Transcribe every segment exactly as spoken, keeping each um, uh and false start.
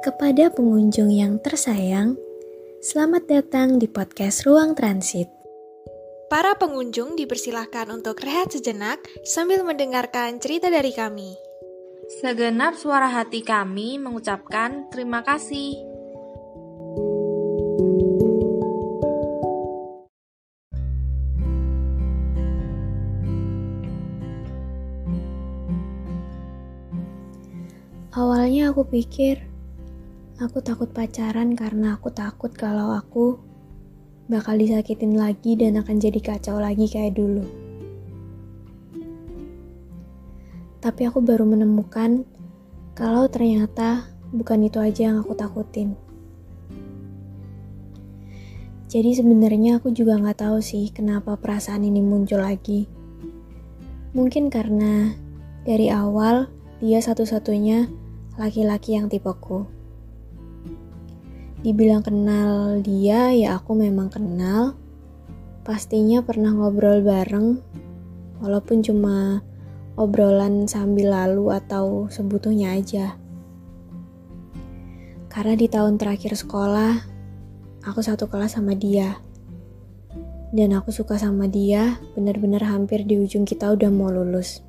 Kepada pengunjung yang tersayang, selamat datang di podcast Ruang Transit. Para pengunjung dipersilahkan untuk rehat sejenak sambil mendengarkan cerita dari kami. Segenap suara hati kami mengucapkan terima kasih. Awalnya aku pikir, aku takut pacaran karena aku takut kalau aku bakal disakitin lagi dan akan jadi kacau lagi kayak dulu. Tapi aku baru menemukan kalau ternyata bukan itu aja yang aku takutin. Jadi sebenarnya aku juga gak tahu sih kenapa perasaan ini muncul lagi. Mungkin karena dari awal dia satu-satunya laki-laki yang tipeku. Dibilang kenal dia, ya aku memang kenal. Pastinya pernah ngobrol bareng, walaupun cuma obrolan sambil lalu atau sebutuhnya aja. Karena di tahun terakhir sekolah, aku satu kelas sama dia. Dan aku suka sama dia, benar-benar hampir di ujung kita udah mau lulus.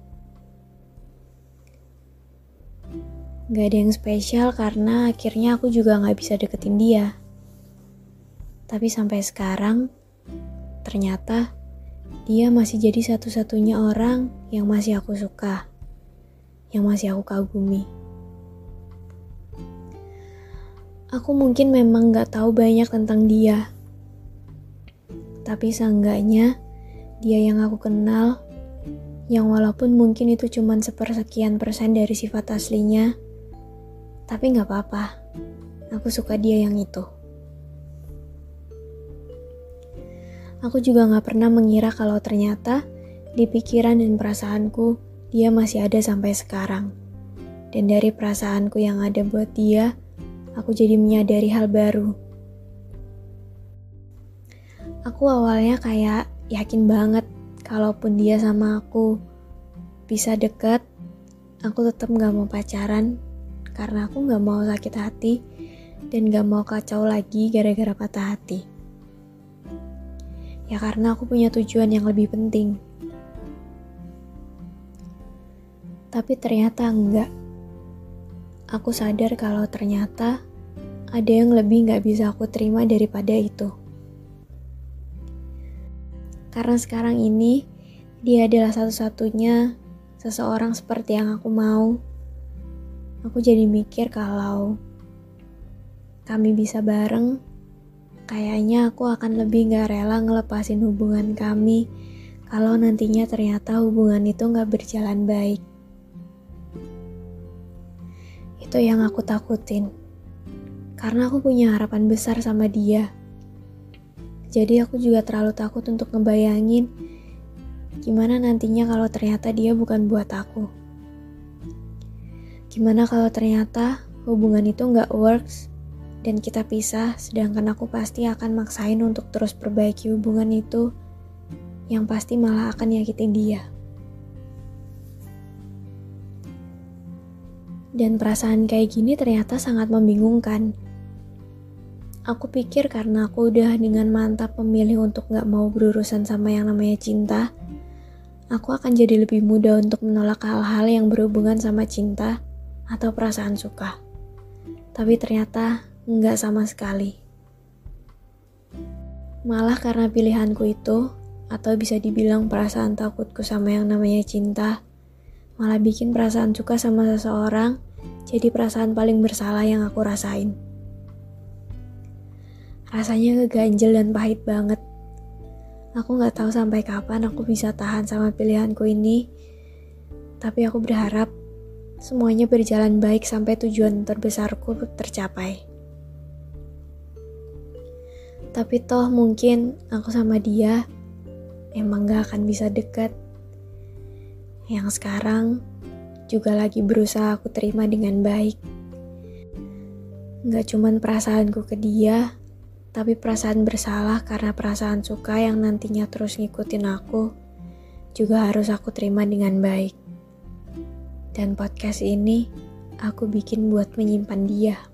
Gak ada yang spesial karena akhirnya aku juga gak bisa deketin dia. Tapi sampai sekarang, ternyata dia masih jadi satu-satunya orang yang masih aku suka, yang masih aku kagumi. Aku mungkin memang gak tahu banyak tentang dia, tapi seenggaknya dia yang aku kenal, yang walaupun mungkin itu cuma sepersekian persen dari sifat aslinya, tapi gak apa-apa, aku suka dia yang itu. Aku juga gak pernah mengira kalau ternyata di pikiran dan perasaanku dia masih ada sampai sekarang. Dan dari perasaanku yang ada buat dia, aku jadi menyadari hal baru. Aku awalnya kayak yakin banget kalaupun dia sama aku bisa deket, aku tetap gak mau pacaran. Karena aku gak mau sakit hati dan gak mau kacau lagi gara-gara patah hati. Ya karena aku punya tujuan yang lebih penting. Tapi ternyata enggak. Aku sadar kalau ternyata ada yang lebih gak bisa aku terima daripada itu. Karena sekarang ini dia adalah satu-satunya seseorang seperti yang aku mau. Aku jadi mikir kalau kami bisa bareng, kayaknya aku akan lebih gak rela ngelepasin hubungan kami kalau nantinya ternyata hubungan itu gak berjalan baik. Itu yang aku takutin, karena aku punya harapan besar sama dia. Jadi aku juga terlalu takut untuk ngebayangin gimana nantinya kalau ternyata dia bukan buat aku. Gimana kalau ternyata hubungan itu gak works dan kita pisah, sedangkan aku pasti akan maksain untuk terus perbaiki hubungan itu, yang pasti malah akan nyakitin dia. Dan perasaan kayak gini ternyata sangat membingungkan. Aku pikir karena aku udah dengan mantap memilih untuk gak mau berurusan sama yang namanya cinta, aku akan jadi lebih mudah untuk menolak hal-hal yang berhubungan sama cinta atau perasaan suka. Tapi ternyata enggak sama sekali. Malah karena pilihanku itu, atau bisa dibilang perasaan takutku sama yang namanya cinta, malah bikin perasaan suka sama seseorang jadi perasaan paling bersalah yang aku rasain. Rasanya ngeganjel dan pahit banget. Aku gak tahu sampai kapan aku bisa tahan sama pilihanku ini, tapi aku berharap semuanya berjalan baik sampai tujuan terbesarku tercapai. Tapi toh mungkin aku sama dia emang gak akan bisa dekat. Yang sekarang juga lagi berusaha aku terima dengan baik. Gak cuman perasaanku ke dia, tapi perasaan bersalah karena perasaan suka yang nantinya terus ngikutin aku juga harus aku terima dengan baik. Dan podcast ini aku bikin buat menyimpan dia.